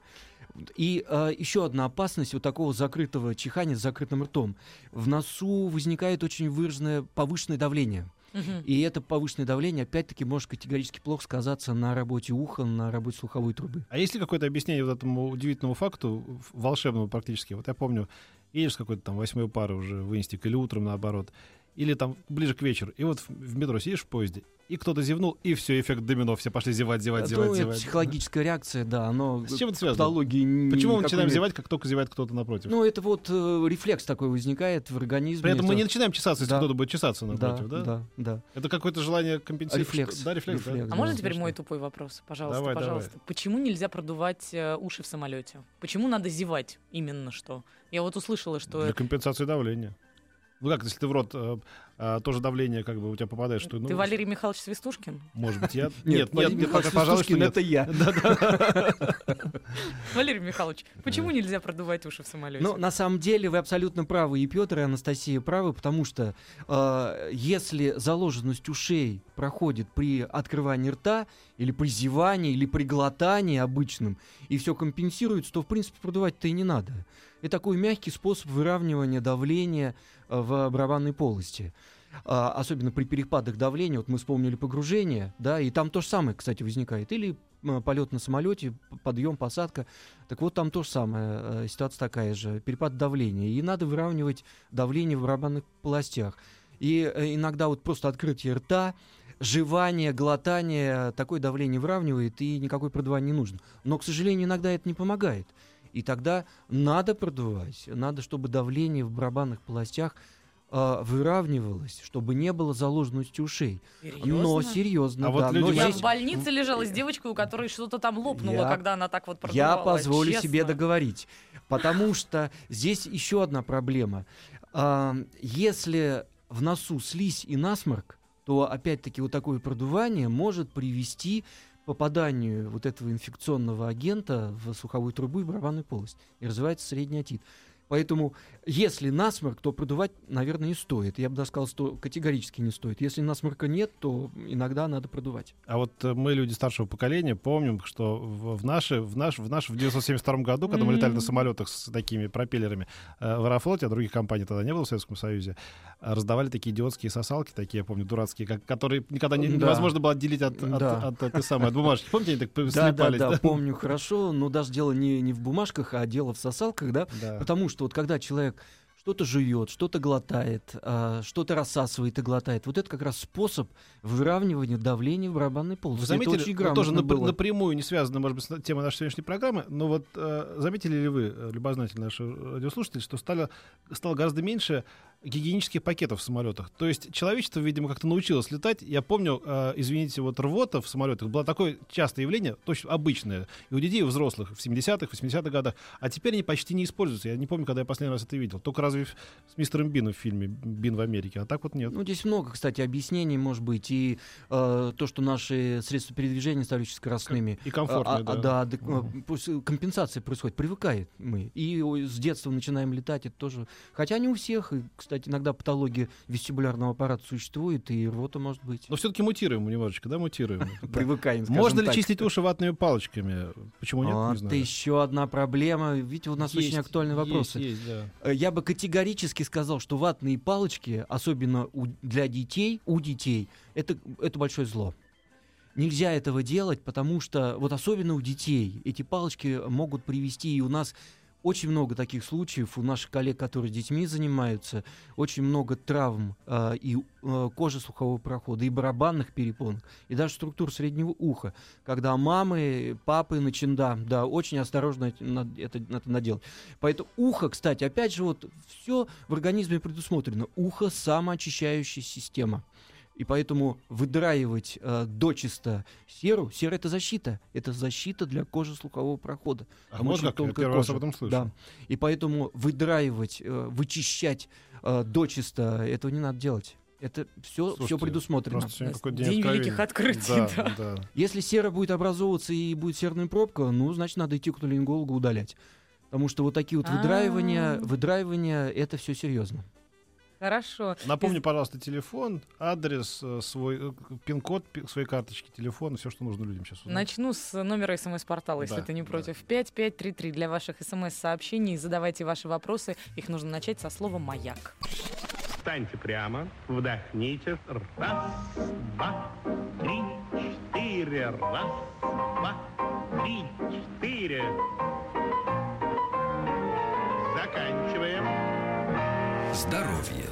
Speaker 5: И еще одна опасность вот такого закрытого чихания с закрытым ртом. В носу возникает очень выраженное повышенное давление. И это повышенное давление, опять-таки, может категорически плохо сказаться на работе уха, на работе слуховой трубы.
Speaker 3: А есть ли какое-то объяснение вот этому удивительному факту, волшебному практически? Вот я помню, едешь с какой-то там 8-й пары уже в инстик или утром наоборот, или там ближе к вечеру, и вот в метро сидишь в поезде, и кто-то зевнул, и все, эффект домино, все пошли зевать.
Speaker 5: Это психологическая реакция, да, оно
Speaker 3: с чем это
Speaker 5: к
Speaker 3: связано?
Speaker 5: патологии
Speaker 3: Почему мы начинаем
Speaker 5: нет.
Speaker 3: зевать, как только зевает кто-то напротив?
Speaker 5: Ну, это вот рефлекс такой возникает в организме.
Speaker 3: При этом мы
Speaker 5: это-
Speaker 3: не начинаем чесаться, если
Speaker 5: Да.
Speaker 3: кто-то будет чесаться напротив, да?
Speaker 5: Да.
Speaker 3: Это какое-то желание компенсировать.
Speaker 5: Рефлекс.
Speaker 3: Да, рефлекс, да.
Speaker 5: Рефлекс.
Speaker 4: А можно
Speaker 5: Да,
Speaker 4: теперь
Speaker 5: точно.
Speaker 4: мой тупой вопрос? Пожалуйста,
Speaker 3: Давай,
Speaker 4: пожалуйста. Почему нельзя продувать уши в самолете? Почему надо зевать именно что? Я вот услышала, что
Speaker 3: Для компенсации давления. Ну как, если ты в рот тоже давление как бы у тебя попадает, что...
Speaker 4: ты Валерий Михайлович Свистушкин?
Speaker 3: Может быть, я...
Speaker 5: Нет, Валерий Михайлович
Speaker 3: пожалуй, что
Speaker 5: Свистушкин,
Speaker 3: нет.
Speaker 5: это я.
Speaker 4: Валерий Михайлович, почему нельзя продувать уши в самолете?
Speaker 5: Ну, на самом деле, вы абсолютно правы, и Петр, и Анастасия правы, потому что если заложенность ушей проходит при открывании рта, или при зевании, или при глотании обычном, и все компенсируется, то, в принципе, продувать-то и не надо. Это такой мягкий способ выравнивания давления в барабанной полости. Особенно при перепадах давления, вот мы вспомнили погружение, да, и там то же самое, кстати, возникает. Или полет на самолете, подъем, посадка. Так вот, там то же самое, ситуация такая же, перепад давления. И надо выравнивать давление в барабанных полостях. И иногда вот просто открытие рта, жевание, глотание, такое давление выравнивает, и никакой продувания не нужно. Но, к сожалению, иногда это не помогает. И тогда надо продувать, надо, чтобы давление в барабанных полостях выравнивалось, чтобы не было заложенности ушей.
Speaker 4: Серьезно?
Speaker 5: Но серьезно,
Speaker 3: А вот
Speaker 5: да.
Speaker 3: люди
Speaker 5: Но
Speaker 4: Я
Speaker 5: есть-
Speaker 4: в больнице лежала с девочкой, у которой что-то там лопнуло,
Speaker 5: Я-
Speaker 4: когда она так вот продувала.
Speaker 5: Я позволю
Speaker 4: честно.
Speaker 5: себе договорить. Потому что здесь еще одна проблема. Если в носу слизь и насморк, то опять-таки вот такое продувание может привести к попаданию вот этого инфекционного агента в слуховую трубу и барабанную полость. И развивается средний отит. Поэтому, если насморк, то продувать, наверное, не стоит. Я бы даже сказал, что категорически не стоит. Если насморка нет, то иногда надо продувать.
Speaker 3: А вот мы, люди старшего поколения, помним, что в 1972 году, когда мы летали на самолетах с такими пропеллерами в Аэрофлоте, а других компаний тогда не было в Советском Союзе, раздавали такие идиотские сосалки, такие, я помню, дурацкие, которые никогда
Speaker 5: Да.
Speaker 3: невозможно было отделить от этой самой от бумажки. Помните, они так слипались?
Speaker 5: Да, помню хорошо, но даже дело не в бумажках, а дело в сосалках, да?
Speaker 3: Да.
Speaker 5: Потому что вот когда человек что-то жует, что-то глотает, что-то рассасывает и глотает, вот это как раз способ выравнивания давления в барабанной полости.
Speaker 3: Вы
Speaker 5: Это
Speaker 3: заметили,
Speaker 5: очень
Speaker 3: вот тоже
Speaker 5: грамотно было.
Speaker 3: напрямую не связано, может быть, с темой нашей сегодняшней программы, но вот заметили ли вы, любознательные наши радиослушатели, что стало гораздо меньше гигиенических пакетов в самолетах? То есть человечество, видимо, как-то научилось летать. Я помню, извините, вот рвота в самолетах было такое частое явление, точно обычное, и у детей, и у взрослых в 70-х, 80-х годах, а теперь они почти не используются. Я не помню, когда я последний раз это видел. Только разве с мистером Бином в фильме «Бин в Америке», а так вот нет.
Speaker 5: Ну, здесь много, кстати, объяснений, может быть, и то, что наши средства передвижения стали очень скоростными.
Speaker 3: И комфортные, да.
Speaker 5: Пусть компенсация происходит, привыкает мы. И с детства начинаем летать, это тоже... Хотя не у всех, и, кстати, иногда патология вестибулярного аппарата существует, и рвота может быть.
Speaker 3: Но все-таки мутируем немножечко, да, мутируем.
Speaker 5: Привыкаем, скажем
Speaker 3: Можно ли
Speaker 5: так.
Speaker 3: чистить уши ватными палочками? Почему нет? Не
Speaker 5: Вот
Speaker 3: знаю.
Speaker 5: еще одна проблема. Видите, у нас очень актуальные вопросы.
Speaker 3: Есть, да.
Speaker 5: Я бы категорически сказал, что ватные палочки, особенно для детей, у детей, это большое зло. Нельзя этого делать, потому что, вот особенно у детей, эти палочки могут привести, и у нас очень много таких случаев, у наших коллег, которые с детьми занимаются, очень много травм и кожи слухового прохода, и барабанных перепонок, и даже структур среднего уха, когда мамы, папы очень осторожно это надо делать. Поэтому ухо, кстати, опять же, вот все в организме предусмотрено. Ухо — самоочищающая система. И поэтому выдраивать дочисто серу — сера — это защита для кожи слухового прохода.
Speaker 3: А
Speaker 5: Там
Speaker 3: вот
Speaker 5: очень
Speaker 3: как, я
Speaker 5: тонкая
Speaker 3: первый раз
Speaker 5: кожа.
Speaker 3: об этом слышу.
Speaker 5: Да. И поэтому выдраивать, вычищать дочисто — этого не надо делать. Это все
Speaker 3: Слушайте,
Speaker 5: предусмотрено.
Speaker 3: Просто сегодня какой-то
Speaker 4: День
Speaker 3: откровений.
Speaker 4: великих открытий, да.
Speaker 3: Да.
Speaker 5: Если сера будет образовываться и будет серная пробка, ну, значит, надо идти к отоларингологу удалять. Потому что вот такие вот выдраивания — это все серьезно.
Speaker 4: Хорошо.
Speaker 3: Напомни, пожалуйста, телефон, адрес, свой пин-код своей карточки, телефон, все, что нужно людям сейчас узнать.
Speaker 4: Начну с номера СМС-портала, если
Speaker 3: Да,
Speaker 4: ты не
Speaker 3: да.
Speaker 4: против. 5533 для ваших СМС-сообщений. Задавайте ваши вопросы. Их нужно начать со слова «Маяк».
Speaker 2: Встаньте прямо, вдохните. Раз, два, три, четыре. Раз, два, три, четыре. Заканчиваем.
Speaker 1: Здоровье.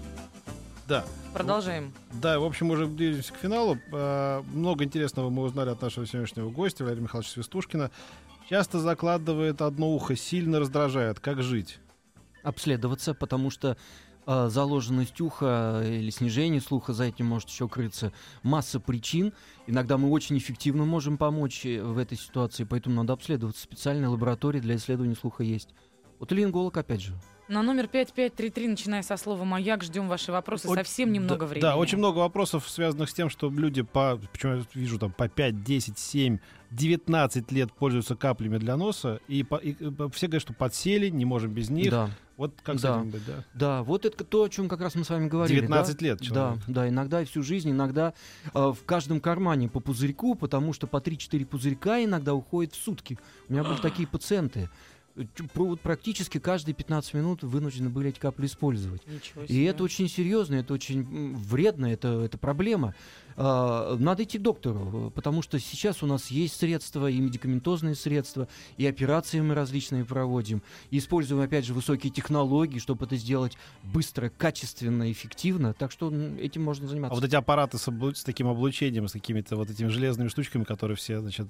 Speaker 3: Да.
Speaker 4: Продолжаем.
Speaker 3: Да, в общем, уже движемся к финалу. Много интересного мы узнали от нашего сегодняшнего гостя, Валерия Михайловича Свистушкина. Часто закладывает одно ухо, сильно раздражает. Как жить?
Speaker 5: Обследоваться, потому что заложенность уха или снижение слуха, за этим может еще крыться масса причин. Иногда мы очень эффективно можем помочь в этой ситуации, поэтому надо обследоваться. Специальные лаборатории для исследования слуха есть. Отоларинголог, опять же.
Speaker 4: На номер 5533, начиная со слова «Маяк», ждем ваши вопросы. Совсем немного времени.
Speaker 3: Да, очень много вопросов, связанных с тем, что люди почему я вижу, там, по 5, 10, 7, 19 лет пользуются каплями для носа, и все говорят, что подсели, не можем без них.
Speaker 5: Да.
Speaker 3: Вот как с этим быть, да?
Speaker 5: Да, вот это то, о чем как раз мы с вами говорили.
Speaker 3: 19 лет человек.
Speaker 5: Да, иногда и всю жизнь, иногда в каждом кармане по пузырьку, потому что по 3-4 пузырька иногда уходит в сутки. У меня были такие пациенты. Практически каждые 15 минут вынуждены были эти капли использовать. И это очень серьезно, это очень вредно, это проблема. Надо идти к доктору, потому что сейчас у нас есть средства, и медикаментозные средства, и операции мы различные проводим, и используем, опять же, высокие технологии, чтобы это сделать быстро, качественно, эффективно. Так что этим можно заниматься.
Speaker 3: А вот эти аппараты с таким облучением, с какими-то вот этими железными штучками, которые все, значит,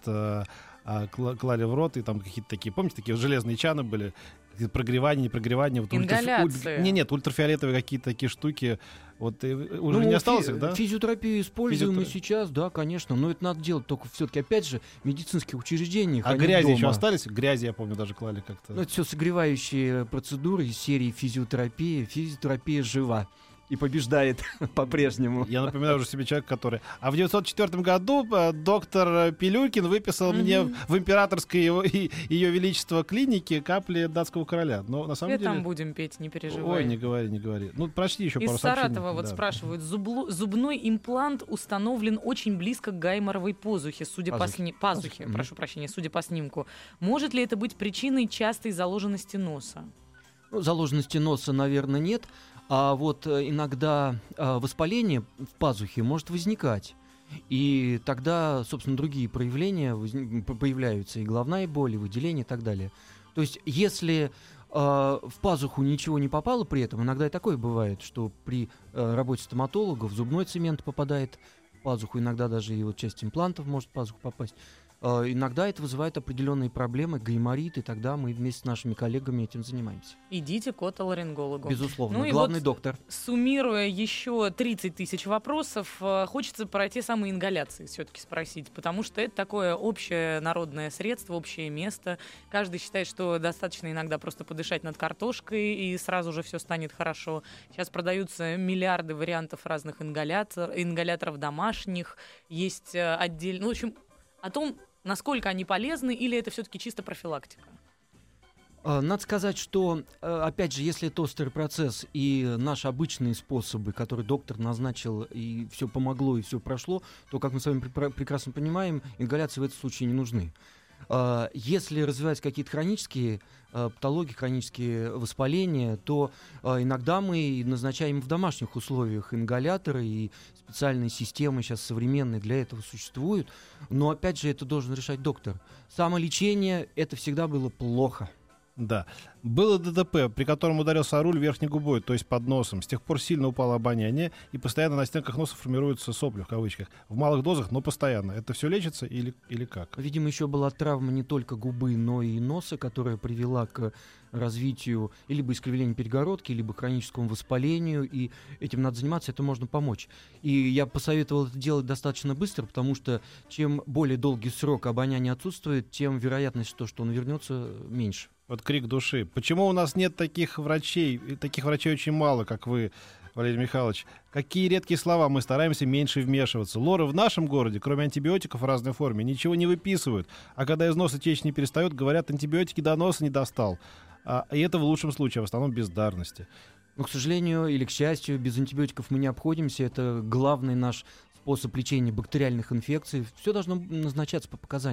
Speaker 3: клали в рот, и там какие-то такие, помните, такие железные чаны были, прогревание, не прогревание. Вот
Speaker 4: ингаляции.
Speaker 3: Нет, ультрафиолетовые какие-то такие штуки. Вот уже не осталось их, да?
Speaker 5: Физиотерапию используем и сейчас, да, конечно. Но это надо делать только все-таки, опять же, в медицинских учреждениях.
Speaker 3: А грязи еще остались? Грязи, я помню, даже клали как-то.
Speaker 5: Ну, это все согревающие процедуры из серии физиотерапии. Физиотерапия жива и побеждает по-прежнему.
Speaker 3: Я напоминаю уже себе человека, который... А в 1904 году доктор Пилюкин выписал мне в императорской ее величество клинике капли датского короля. Но на самом деле...
Speaker 4: там будем петь, не переживай.
Speaker 3: Ой, не говори. Ну, прочти еще пару
Speaker 4: из
Speaker 3: сообщений.
Speaker 4: Из Саратова вот спрашивают. Зубной имплант установлен очень близко к гайморовой пазухе, пазухе, прошу прощения, судя по снимку. Может ли это быть причиной частой заложенности носа?
Speaker 5: Ну, заложенности носа, наверное, нет. А вот иногда воспаление в пазухе может возникать. И тогда, собственно, другие проявления появляются. И головная боль, и выделение, и так далее. То есть, если в пазуху ничего не попало при этом, иногда и такое бывает, что при работе стоматологов зубной цемент попадает в пазуху, иногда даже и вот часть имплантов может в пазуху попасть. Иногда это вызывает определенные проблемы, гайморит, и тогда мы вместе с нашими коллегами этим занимаемся.
Speaker 4: Идите к отоларингологу.
Speaker 5: Безусловно, ну, главный доктор.
Speaker 4: Суммируя еще 30 тысяч вопросов, хочется про те самые ингаляции все-таки спросить, потому что это такое общее народное средство, общее место. Каждый считает, что достаточно иногда просто подышать над картошкой, и сразу же все станет хорошо. Сейчас продаются миллиарды вариантов разных ингаляторов домашних, есть отдельно... Ну, в общем, о том, насколько они полезны, или это все-таки чисто профилактика?
Speaker 5: Надо сказать, что, опять же, если это острый процесс и наши обычные способы, которые доктор назначил, и все помогло, и все прошло, то, как мы с вами прекрасно понимаем, ингаляции в этом случае не нужны. Если развиваются какие-то хронические патологии, хронические воспаления, то иногда мы назначаем в домашних условиях ингаляторы, и специальные системы сейчас современные для этого существуют. Но, опять же, это должен решать доктор. Самолечение — это всегда было плохо.
Speaker 3: Да. Было ДТП, при котором ударился о руль верхней губой, то есть под носом. С тех пор сильно упало обоняние, и постоянно на стенках носа формируются сопли, в кавычках. В малых дозах, но постоянно. Это все лечится или как?
Speaker 5: Видимо, еще была травма не только губы, но и носа, которая привела к развитию либо искривления перегородки, либо хроническому воспалению, и этим надо заниматься, это можно помочь. И я посоветовал это делать достаточно быстро, потому что чем более долгий срок обоняния отсутствует, тем вероятность, что он вернется, меньше.
Speaker 3: Вот крик души. Почему у нас нет таких врачей? Таких врачей очень мало, как вы, Валерий Михайлович. Какие редкие слова, мы стараемся меньше вмешиваться. Лоры в нашем городе, кроме антибиотиков в разной форме, ничего не выписывают. А когда из носа течь не перестает, говорят, антибиотики до носа не достал. И это в лучшем случае, в основном бездарности.
Speaker 5: Но, к сожалению или к счастью, без антибиотиков мы не обходимся. Это главный наш способ лечения бактериальных инфекций. Все должно назначаться по показаниям.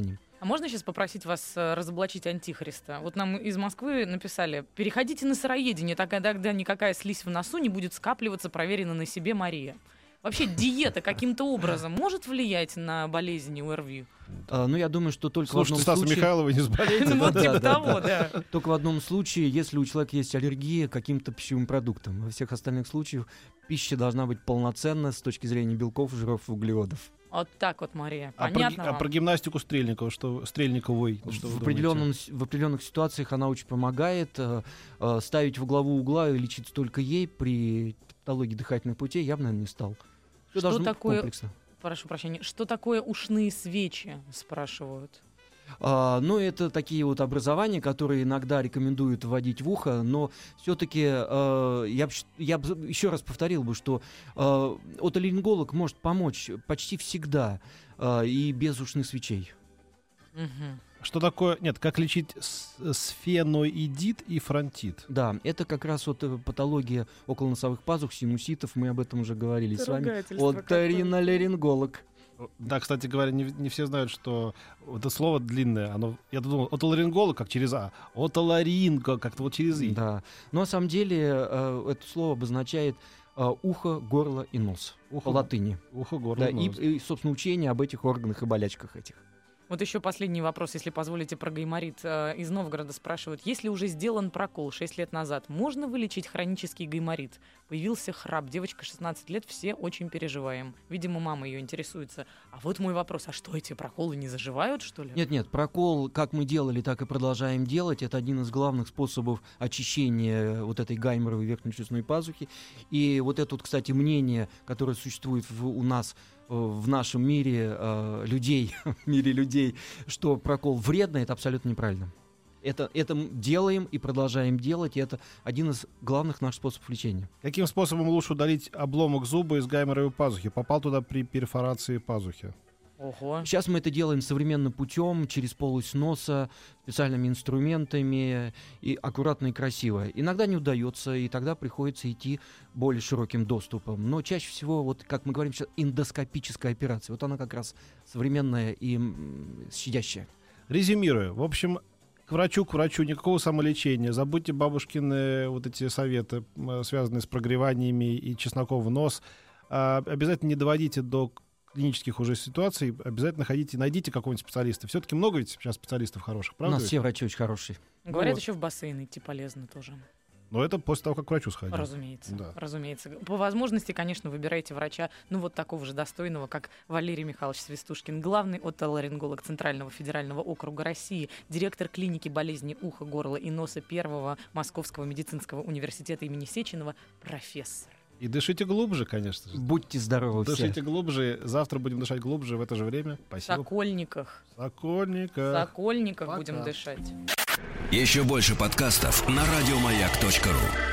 Speaker 4: А можно сейчас попросить вас разоблачить антихриста? Вот нам из Москвы написали: переходите на сыроедение, тогда никакая слизь в носу не будет скапливаться, проверена на себе Мария. Вообще диета каким-то образом может влиять на болезни ОРВИ?
Speaker 5: Ну, я думаю, что только
Speaker 3: Слушайте,
Speaker 5: в
Speaker 3: Стаса
Speaker 5: одном случае...
Speaker 3: Михайлова не сболеете.
Speaker 4: Ну, вот типа того, да.
Speaker 5: Только в одном случае, если у человека есть аллергия к каким-то пищевым продуктам. Во всех остальных случаях пища должна быть полноценна с точки зрения белков, жиров и углеводов.
Speaker 4: Вот так вот, Мария.
Speaker 3: А
Speaker 4: Понятно
Speaker 3: про
Speaker 4: вам?
Speaker 3: гимнастику Стрельниковой, что вы думаете?
Speaker 5: В определенных ситуациях она очень помогает. Ставить во главу угла и лечить только ей при патологии дыхательных путей я бы, наверное, не стал. Всё
Speaker 4: Что
Speaker 5: должно быть
Speaker 4: такое,
Speaker 5: комплексно.
Speaker 4: прошу прощения, что такое ушные свечи, спрашивают?
Speaker 5: Ну, это такие вот образования, которые иногда рекомендуют вводить в ухо, но все-таки я бы еще раз повторил бы, что отоларинголог может помочь почти всегда и без ушных свечей.
Speaker 4: Мгм.
Speaker 3: Что такое, нет, как лечить сфеноидит и фронтит?
Speaker 5: Да, это как раз вот патология околоносовых пазух, синуситов, мы об этом уже говорили с вами. Оториноларинголог.
Speaker 3: Да, кстати говоря, не все знают, что это слово длинное. Я думал, отоларинголог как через А, отоларинго как-то вот через И.
Speaker 5: Да, но на самом деле это слово обозначает ухо, горло и нос по латыни.
Speaker 3: Ухо, горло,
Speaker 5: Да,
Speaker 3: нос.
Speaker 5: и, собственно, учение об этих органах и болячках этих.
Speaker 4: Вот еще последний вопрос, если позволите, про гайморит. Из Новгорода спрашивают: если уже сделан прокол 6 лет назад, можно вылечить хронический гайморит? Появился храп, девочка 16 лет, все очень переживаем. Видимо, мама ее интересуется. А вот мой вопрос: а что, эти проколы не заживают, что ли?
Speaker 5: Нет, прокол, как мы делали, так и продолжаем делать. Это один из главных способов очищения вот этой гайморовой верхнечелюстной пазухи. И вот это вот, кстати, мнение, которое существует у нас в нашем мире людей, в мире людей, что прокол вредно, это абсолютно неправильно. Это делаем и продолжаем делать, и это один из главных наших способов лечения.
Speaker 3: Каким способом лучше удалить обломок зуба из гайморовой пазухи? Попал туда при перфорации пазухи.
Speaker 4: Ого.
Speaker 5: Сейчас мы это делаем современным путем, через полость носа, специальными инструментами, и аккуратно и красиво. Иногда не удается, и тогда приходится идти более широким доступом. Но чаще всего, вот как мы говорим сейчас, эндоскопическая операция. Вот она как раз современная и щадящая.
Speaker 3: Резюмируя, в общем, к врачу, никакого самолечения. Забудьте бабушкины вот эти советы, связанные с прогреваниями и чесноком в нос. Обязательно не доводите до клинических уже ситуаций, обязательно найдите какого-нибудь специалиста. Все-таки много ведь сейчас специалистов хороших,
Speaker 5: У
Speaker 3: правда?
Speaker 5: нас все врачи очень хорошие.
Speaker 4: Говорят,
Speaker 3: вот.
Speaker 4: еще в бассейн идти полезно тоже.
Speaker 3: Но это после того, как к врачу сходить.
Speaker 4: Разумеется,
Speaker 3: Да.
Speaker 4: разумеется. По возможности, конечно, выбирайте врача, вот такого же достойного, как Валерий Михайлович Свистушкин, главный отоларинголог Центрального федерального округа России, директор клиники болезней уха, горла и носа Первого Московского медицинского университета имени Сеченова, профессор.
Speaker 3: И дышите глубже, конечно же.
Speaker 5: Будьте здоровы все.
Speaker 3: Дышите глубже. Завтра будем дышать глубже в это же время.
Speaker 4: В
Speaker 3: Спасибо.
Speaker 4: Сокольниках.
Speaker 3: В Сокольниках.
Speaker 4: В Сокольниках
Speaker 3: Пока.
Speaker 4: будем дышать.
Speaker 1: Еще больше подкастов на радиомаяк.ру.